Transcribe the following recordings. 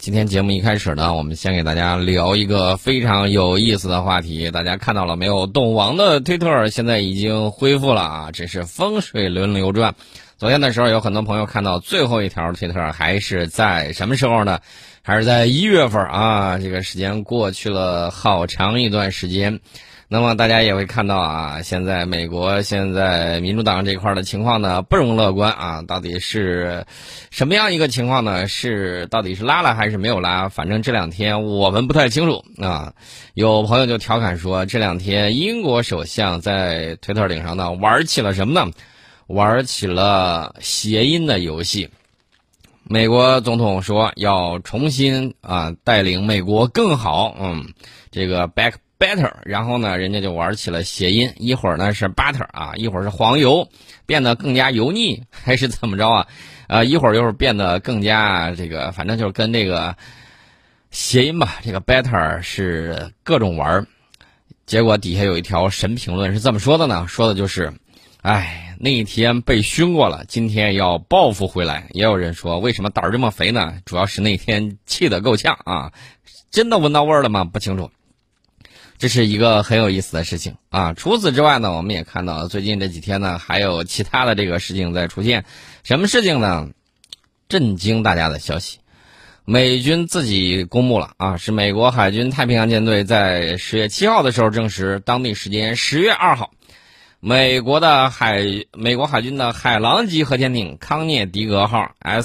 今天节目一开始呢，我们先给大家聊一个非常有意思的话题。大家看到了没有？动王的推特现在已经恢复了啊，这是风水轮流转。昨天的时候，有很多朋友看到最后一条推特还是在什么时候呢？还是在1月份啊，这个时间过去了好长一段时间。那么大家也会看到啊，现在美国现在民主党这块的情况呢不容乐观啊，到底是什么样一个情况呢？到底是拉了还是没有拉？反正这两天我们不太清楚啊。有朋友就调侃说，这两天英国首相在推特顶上呢玩起了什么呢？玩起了谐音的游戏。美国总统说要重新带领美国更好，这个 back better， 然后呢，人家就玩起了谐音，一会儿呢是 butter 啊，一会儿是黄油，变得更加油腻，还是怎么着啊？一会儿又是变得更加反正就是跟这个谐音吧，这个 better 是各种玩。结果底下有一条神评论是这么说的呢，说的就是，那一天被熏过了，今天要报复回来。也有人说，为什么胆儿这么肥呢？主要是那天气得够呛啊，真的闻到味儿了吗？不清楚。这是一个很有意思的事情啊。除此之外呢，我们也看到最近这几天呢，还有其他的这个事情在出现。什么事情呢？震惊大家的消息，美军自己公布了啊，是美国海军太平洋舰队在10月7号的时候证实，当地时间10月2号，美国海军的海狼级核潜艇康涅狄格号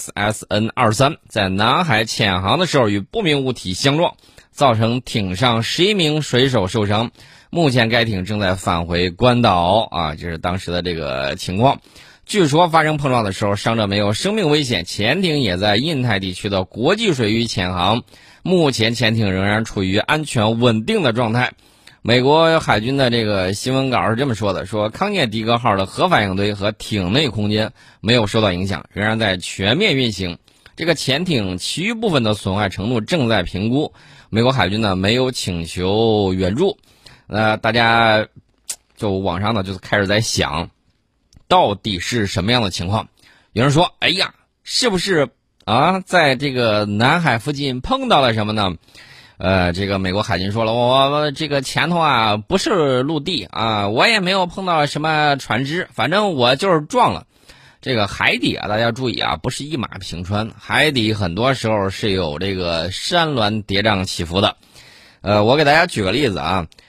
SSN-23 在南海潜航的时候与不明物体相撞，造成艇上11名水手受伤，目前该艇正在返回关岛啊，这是当时的这个情况。据说发生碰撞的时候，伤者没有生命危险，潜艇也在印太地区的国际水域潜航，目前潜艇仍然处于安全稳定的状态。美国海军的这个新闻稿是这么说的，说康涅狄格号的核反应堆和艇内空间没有受到影响，仍然在全面运行。这个潜艇其余部分的损坏程度正在评估。美国海军呢没有请求援助，大家就网上呢就开始在想，到底是什么样的情况？有人说，是不是在这个南海附近碰到了什么呢？这个美国海军说了，我这个前头不是陆地啊，我也没有碰到什么船只，反正我就是撞了。这个海底大家注意不是一马平川，海底很多时候是有这个山峦叠嶂起伏的。我给大家举个例子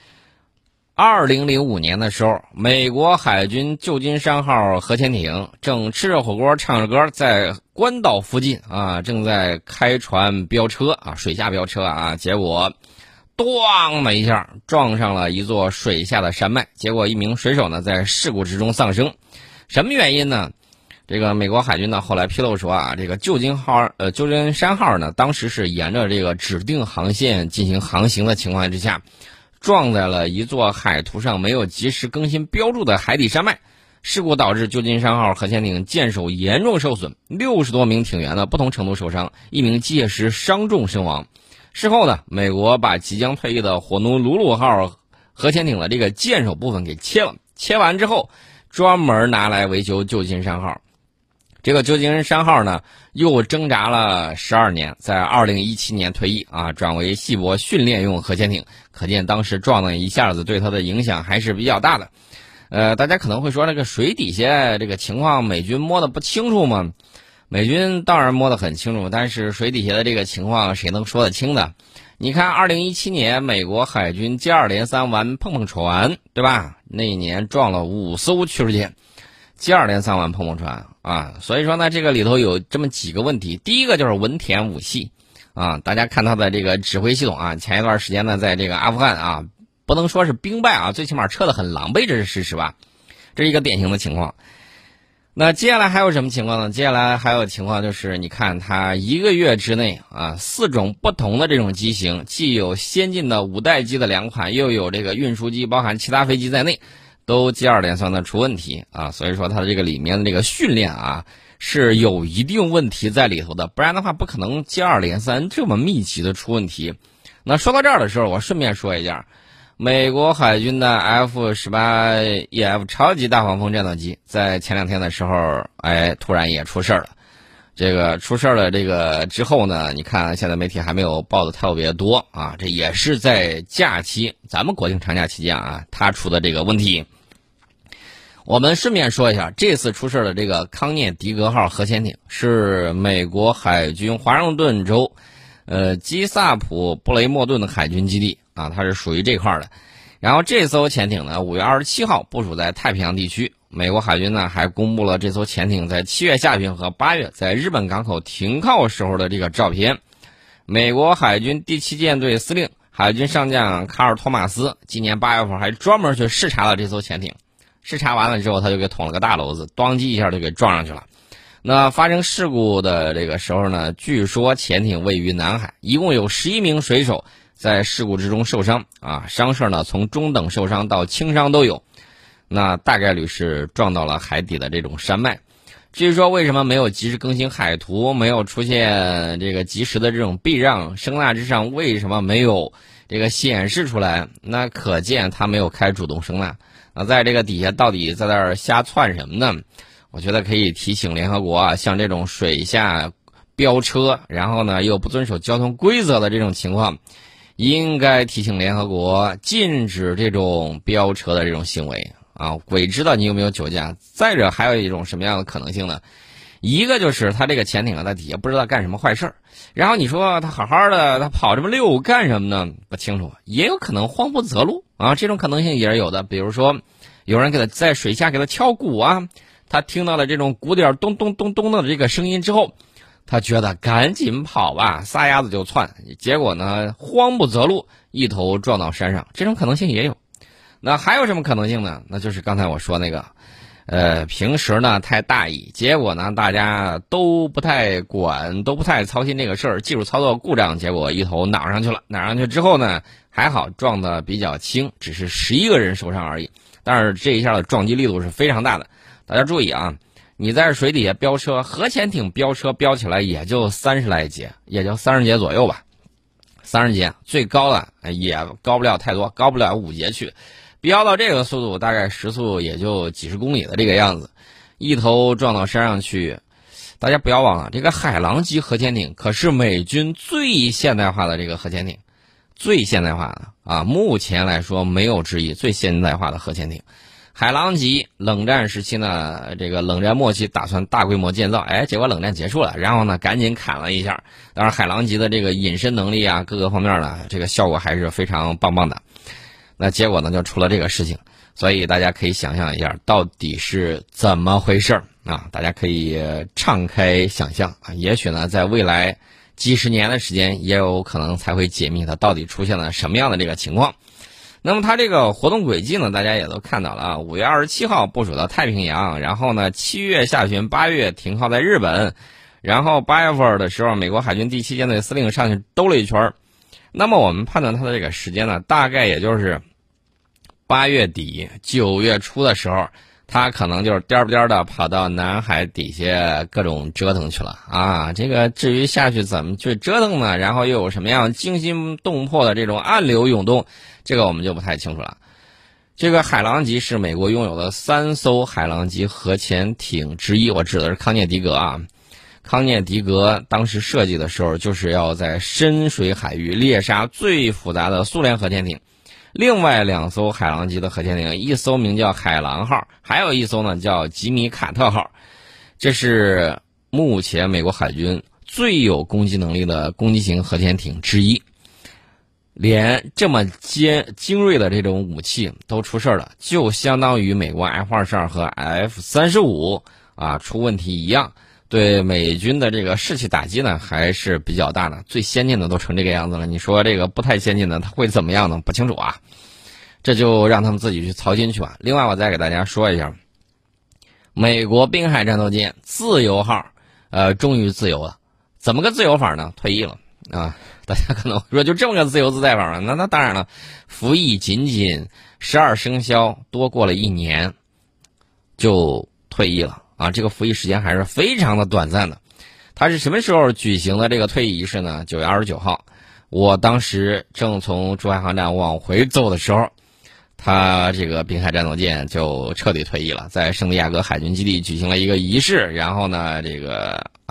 2005年的时候，美国海军旧金山号核潜艇正吃着火锅唱着歌，在关岛附近正在开船飙车水下飙车结果咣的一下撞上了一座水下的山脉，结果一名水手呢在事故之中丧生。什么原因呢？这个美国海军呢后来披露说这个旧金山号呢当时是沿着这个指定航线进行航行的情况之下，撞在了一座海图上没有及时更新标注的海底山脉。事故导致旧金山号核潜艇舰首严重受损，60多名艇员呢不同程度受伤，1名机械师伤重身亡。事后呢，美国把即将退役的火奴鲁鲁号核潜艇的这个舰首部分给切了，切完之后专门拿来维修旧金山号。这个旧金山号呢又挣扎了12年，在2017年退役转为细泊训练用核潜艇，可见当时撞了一下子对它的影响还是比较大的。大家可能会说，这个水底下这个情况美军摸得不清楚吗？美军当然摸得很清楚，但是水底下的这个情况谁能说得清的？你看2017年美国海军接二连三玩碰碰船，对吧？那一年撞了5艘驱逐舰，接二连三玩碰碰船所以说呢，这个里头有这么几个问题。第一个就是文田武系大家看它的这个指挥系统前一段时间呢在这个阿富汗不能说是兵败最起码撤得很狼狈，这是事实吧？这是一个典型的情况。那接下来还有什么情况呢？接下来还有情况就是你看它1个月之内4种不同的这种机型，既有先进的5代机的2款，又有这个运输机包含其他飞机在内，都接二连三的出问题所以说它的这个里面的这个训练是有一定问题在里头的，不然的话不可能接二连三这么密集的出问题。那说到这儿的时候，我顺便说一下，美国海军的 F-18EF 超级大黄蜂战斗机在前2天的时候突然也出事了。 这个出事了，这个之后呢，你看现在媒体还没有报的特别多啊，这也是在假期，咱们国庆长假期间啊，他出的这个问题。我们顺便说一下，这次出事的这个康涅狄格号核潜艇是美国海军华盛顿州，基萨普布雷莫顿的海军基地啊，它是属于这块的。然后这艘潜艇呢，5月27号部署在太平洋地区。美国海军呢还公布了这艘潜艇在7月下旬和8月在日本港口停靠时候的这个照片。美国海军第7舰队司令海军上将卡尔托马斯今年8月份还专门去视察了这艘潜艇，视察完了之后他就给捅了个大篓子，咣叽一下就给撞上去了。那发生事故的这个时候呢，据说潜艇位于南海，一共有11名水手在事故之中受伤啊，伤势呢从中等受伤到轻伤都有。那大概率是撞到了海底的这种山脉。至于说为什么没有及时更新海图，没有出现这个及时的这种避让，声呐之上为什么没有这个显示出来，那可见他没有开主动声呐。那在这个底下到底在那儿瞎窜什么呢？我觉得可以提醒联合国啊，像这种水下飙车，然后呢又不遵守交通规则的这种情况，应该提醒联合国禁止这种飙车的这种行为啊！鬼知道你有没有酒驾。再者还有一种什么样的可能性呢？一个就是他这个潜艇啊在底下不知道干什么坏事儿，然后你说他好好的他跑这么溜干什么呢？不清楚，也有可能慌不择路啊，这种可能性也是有的。比如说有人给他在水下给他敲鼓啊，他听到了这种鼓点咚咚咚咚的这个声音之后，他觉得赶紧跑吧，撒丫子就窜，结果呢慌不择路，一头撞到山上，这种可能性也有。那还有什么可能性呢？那就是刚才我说那个平时呢太大意，结果呢大家都不太管，都不太操心这个事儿，技术操作故障，结果一头攮上去了。攮上去之后呢，还好撞得比较轻，只是11个人受伤而已。但是这一下的撞击力度是非常大的。大家注意啊，你在水底下飙车，核潜艇飙车飙起来也就30来节，也就30节左右吧，30节最高的也高不了太多，高不了5节去。飙到这个速度，大概时速也就几十公里的这个样子，一头撞到山上去。大家不要忘了，这个海狼级核潜艇可是美军最现代化的这个核潜艇，最现代化的啊，目前来说没有之一，最现代化的核潜艇。海狼级冷战时期呢，这个冷战末期打算大规模建造，结果冷战结束了，然后呢赶紧砍了一下。当然海狼级的这个隐身能力啊，各个方面呢，这个效果还是非常棒棒的。那结果呢就出了这个事情，所以大家可以想象一下到底是怎么回事啊？大家可以敞开想象啊，也许呢在未来几十年的时间，也有可能才会解密它到底出现了什么样的这个情况。那么它这个活动轨迹呢，大家也都看到了啊，5月27号部署到太平洋，然后呢7月下旬8月停靠在日本，然后8月份的时候，美国海军第7舰队司令上去兜了一圈。那么我们判断它的这个时间呢，大概也就是8月底9月初的时候，它可能就是颠儿颠儿的跑到南海底下各种折腾去了啊。这个至于下去怎么去折腾呢，然后又有什么样惊心动魄的这种暗流涌动，这个我们就不太清楚了。这个海狼级是美国拥有的3艘海狼级核潜艇之一，我指的是康涅狄格啊。康涅狄格当时设计的时候，就是要在深水海域猎杀最复杂的苏联核潜艇。另外2艘海狼级的核潜艇，一艘名叫海狼号，还有一艘呢叫吉米卡特号。这是目前美国海军最有攻击能力的攻击型核潜艇之一。连这么精锐的这种武器都出事了，就相当于美国 F-22和 F-35啊出问题一样。对美军的这个士气打击呢还是比较大的，最先进的都成这个样子了，你说这个不太先进的它会怎么样呢？不清楚啊，这就让他们自己去操心去吧。另外我再给大家说一下，美国滨海战斗舰自由号终于自由了。怎么个自由法呢？退役了啊！大家可能说就这么个自由自在法吗？那当然了，服役仅仅12生肖，多过了1年就退役了啊！这个服役时间还是非常的短暂的。他是什么时候举行的这个退役仪式呢？9月29号，我当时正从珠海航站往回走的时候，他这个滨海战斗舰就彻底退役了，在圣地亚哥海军基地举行了一个仪式，然后呢，这个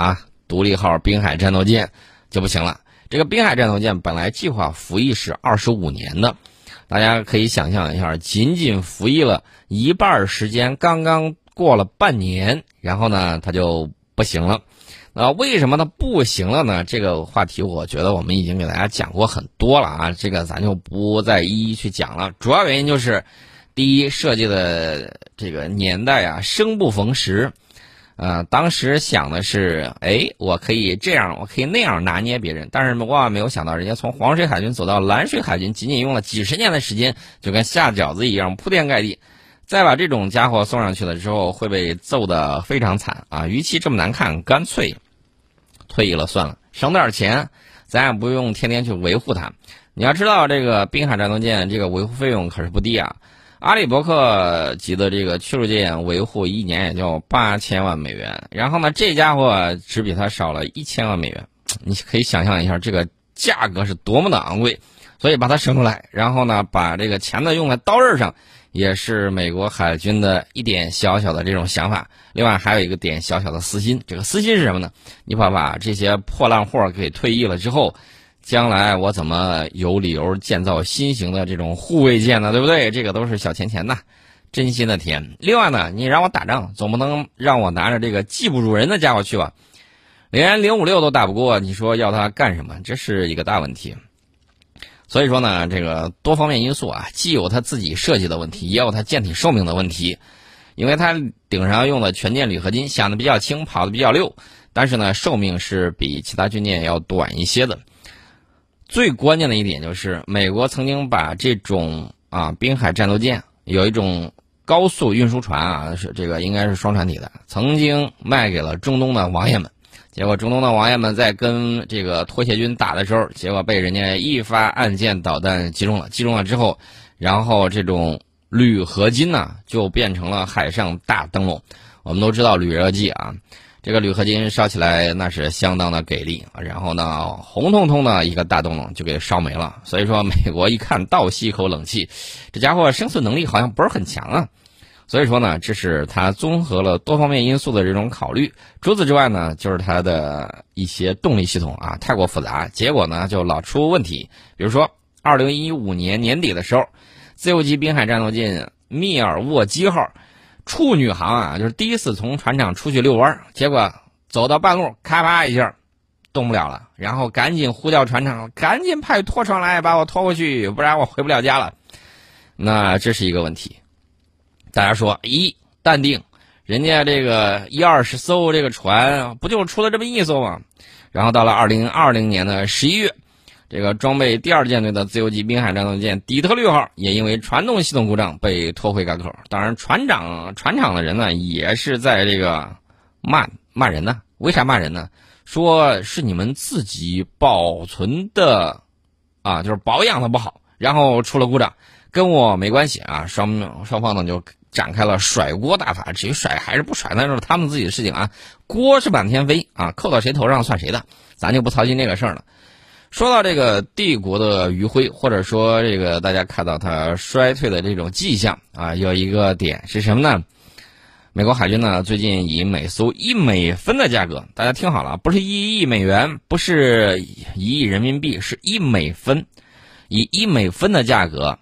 独立号滨海战斗舰就不行了。这个滨海战斗舰本来计划服役是25年的，大家可以想象一下，仅仅服役了一半时间，刚刚过了半年，然后呢，它就不行了。为什么它不行了呢？这个话题我觉得我们已经给大家讲过很多了啊，这个咱就不再一一去讲了。主要原因就是，第一，设计的这个年代啊，生不逢时。当时想的是，我可以这样，我可以那样拿捏别人，但是万万没有想到，人家从黄水海军走到蓝水海军，仅仅用了几十年的时间，就跟下饺子一样铺天盖地。再把这种家伙送上去了之后，会被揍得非常惨啊！与其这么难看，干脆退役了算了，省点钱，咱也不用天天去维护它。你要知道，这个滨海战斗舰这个维护费用可是不低啊。阿里伯克级的这个驱逐舰维护一年也就8000万美元，然后呢，这家伙只比它少了1000万美元，你可以想象一下这个价格是多么的昂贵，所以把它省出来，然后呢，把这个钱呢用在刀刃上，也是美国海军的一点小小的这种想法。另外还有一个点小小的私心，这个私心是什么呢？你把这些破烂货给退役了之后，将来我怎么有理由建造新型的这种护卫舰呢？对不对？这个都是小钱呐，真心的甜。另外呢，你让我打仗，总不能让我拿着这个技不如人的家伙去吧？连056都打不过，你说要他干什么？这是一个大问题。所以说呢，这个多方面因素啊，既有他自己设计的问题，也有他舰体寿命的问题。因为它顶上用的全舰铝合金，想的比较轻，跑的比较溜，但是呢，寿命是比其他军舰要短一些的。最关键的一点就是，美国曾经把这种滨海战斗舰有一种高速运输船啊，是这个应该是双船体的，曾经卖给了中东的王爷们。结果中东的王爷们在跟这个拖鞋军打的时候，结果被人家一发岸舰导弹击中了之后，然后这种铝合金呢就变成了海上大灯笼。我们都知道铝热剂啊。这个铝合金烧起来那是相当的给力，然后呢，红彤彤的一个大灯笼就给烧没了。所以说，美国一看倒吸一口冷气，这家伙生存能力好像不是很强啊。所以说呢，这是它综合了多方面因素的这种考虑。除此之外呢，就是它的一些动力系统啊太过复杂，结果呢就老出问题。比如说，2015年年底的时候，自由级滨海战斗舰密尔沃基号处女航啊，就是第一次从船厂出去遛弯，结果走到半路，咔吧一下动不了了，然后赶紧呼叫船厂，赶紧派拖船来把我拖回去，不然我回不了家了。那这是一个问题。大家说，淡定，人家这个120艘这个船不就出了这么一艘吗？然后到了2020年的11月，这个装备第2舰队的自由级滨海战斗舰底特律号也因为传动系统故障被拖回港口。当然，船厂的人呢也是在这个骂人呢。为啥骂人呢？说是你们自己保存的就是保养的不好，然后出了故障，跟我没关系啊。双方呢就展开了甩锅大法，至于甩还是不甩，那是他们自己的事情啊，锅是满天飞啊，扣到谁头上算谁的，咱就不操心这个事儿了。说到这个帝国的余晖，或者说这个大家看到它衰退的这种迹象啊，有一个点是什么呢？美国海军呢最近以每艘1美分的价格，大家听好了，不是1亿美元，不是1亿人民币，是1美分，以1美分的价格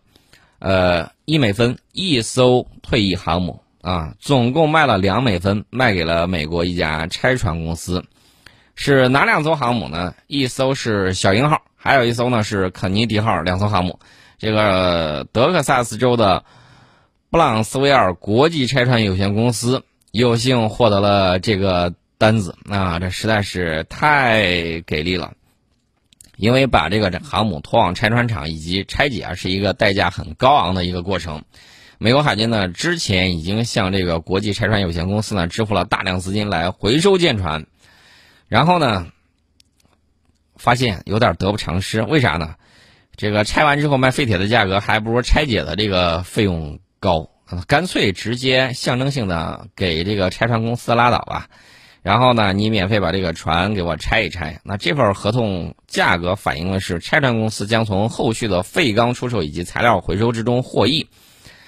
，1美分一艘退役航母啊，总共卖了2美分，卖给了美国一家拆船公司。是哪2艘航母呢？一艘是小鹰号，还有一艘呢是肯尼迪号，2艘航母。这个德克萨斯州的布朗斯维尔国际拆船有限公司有幸获得了这个单子啊，这实在是太给力了。因为把这个航母拖往拆船厂以及拆解是一个代价很高昂的一个过程。美国海军呢之前已经向这个国际拆船有限公司呢支付了大量资金来回收舰船。然后呢，发现有点得不偿失，为啥呢？这个拆完之后卖废铁的价格还不如拆解的这个费用高，干脆直接象征性的给这个拆船公司拉倒吧。然后呢，你免费把这个船给我拆一拆。那这份合同价格反映的是拆船公司将从后续的废钢出售以及材料回收之中获益。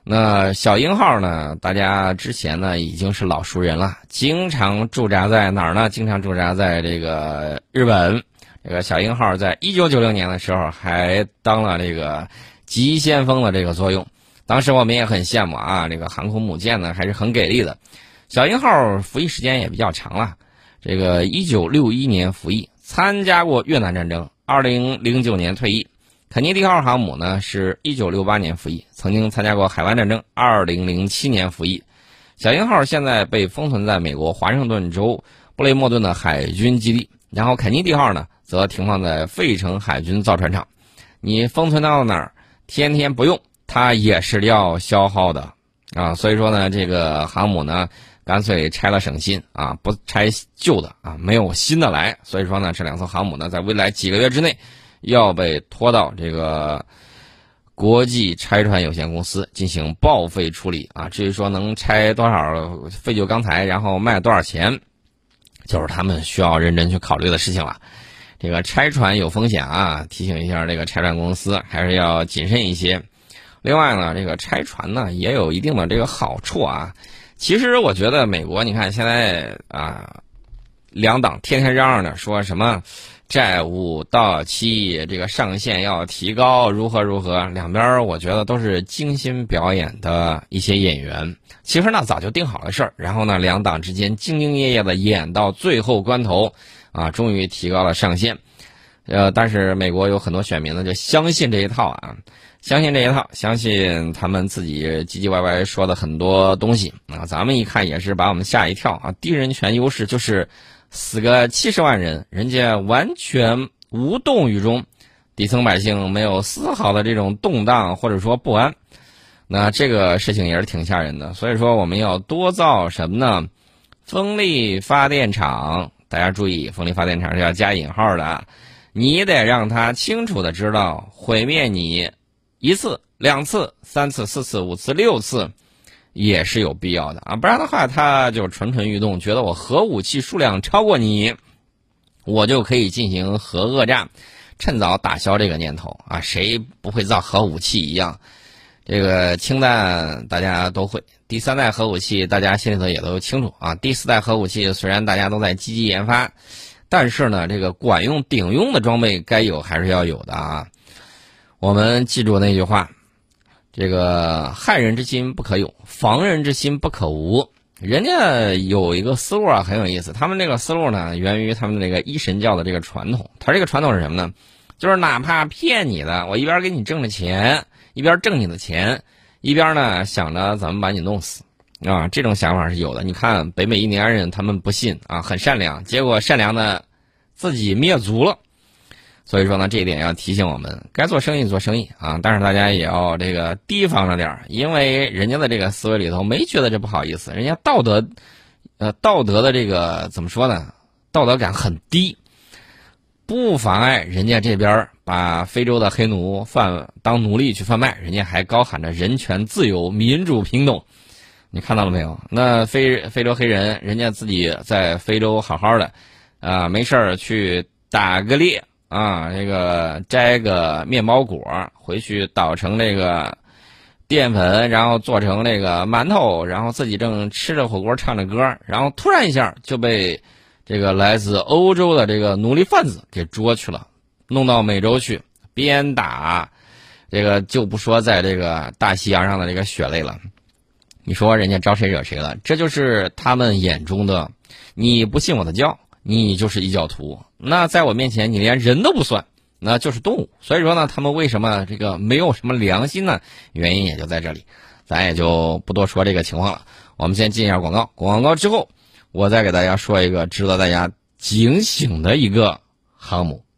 那小鹰号呢，大家之前呢已经是老熟人了，经常驻扎在哪儿呢？经常驻扎在这个日本。这个小鹰号在1990年的时候还当了这个急先锋的这个作用。当时我们也很羡慕啊，这个航空母舰呢还是很给力的。小鹰号服役时间也比较长了，这个1961年服役，参加过越南战争，2009年退役。肯尼迪号航母呢是1968年服役，曾经参加过海湾战争，2007年服役。小鹰号现在被封存在美国华盛顿州布雷默顿的海军基地，然后肯尼迪号呢则停放在费城海军造船厂。你封存到哪儿，天天不用，它也是要消耗的啊。所以说呢，这个航母呢干脆拆了省心啊，不拆旧的啊，没有新的来。所以说呢，这两艘航母呢在未来几个月之内要被拖到这个国际拆船有限公司进行报废处理啊。至于说能拆多少废旧钢材，然后卖多少钱，就是他们需要认真去考虑的事情了。这个拆船有风险啊，提醒一下这个拆船公司还是要谨慎一些。另外呢，这个拆船呢也有一定的这个好处啊。其实我觉得美国，你看现在啊，两党天天嚷嚷着说什么债务到期，这个上限要提高，如何如何，两边我觉得都是精心表演的一些演员。其实呢早就定好了事儿，然后呢两党之间兢兢业业的演到最后关头啊，终于提高了上限。但是美国有很多选民呢就相信这一套啊，相信这一套，相信他们自己唧唧歪歪说的很多东西啊。咱们一看也是把我们吓一跳啊，低人权优势就是死个70万人，人家完全无动于衷，底层百姓没有丝毫的这种动荡或者说不安。那这个事情也是挺吓人的，所以说我们要多造什么呢？风力发电厂，大家注意，风力发电厂是要加引号的，你得让他清楚的知道，毁灭你1次、2次、3次、4次、5次、6次也是有必要的啊，不然的话他就蠢蠢欲动，觉得我核武器数量超过你，我就可以进行核讹诈，趁早打消这个念头啊！谁不会造核武器一样？这个氢弹大家都会，第3代核武器大家心里头也都清楚啊。第4代核武器虽然大家都在积极研发，但是呢，这个管用顶用的装备该有还是要有的啊。我们记住那句话，这个害人之心不可有，防人之心不可无。人家有一个思路啊，很有意思。他们这个思路呢，源于他们这个一神教的这个传统。他这个传统是什么呢？就是哪怕骗你的，我一边给你挣着钱，一边挣你的钱，一边呢想着怎么把你弄死啊。这种想法是有的。你看北美印第安人，他们不信啊，很善良，结果善良的自己灭族了。所以说呢，这一点要提醒我们，该做生意做生意啊，但是大家也要这个提防着点儿，因为人家的这个思维里头没觉得这不好意思，人家道德的这个怎么说呢？道德感很低，不妨碍人家这边把非洲的黑奴当奴隶去贩卖，人家还高喊着人权、自由、民主、平等。你看到了没有？那非洲黑人，人家自己在非洲好好的，没事儿去打个猎。啊，这个摘个面包果回去捣成这个淀粉，然后做成这个馒头，然后自己正吃着火锅唱着歌，然后突然一下就被这个来自欧洲的这个奴隶贩子给捉去了，弄到美洲去鞭打，这个就不说在这个大西洋上的这个血泪了。你说人家招谁惹谁了？这就是他们眼中的你不信我的教，你就是异教徒。那在我面前你连人都不算，那就是动物。所以说呢，他们为什么这个没有什么良心呢？原因也就在这里，咱也就不多说这个情况了。我们先进一下广告，广告之后我再给大家说一个值得大家警醒的一个航母。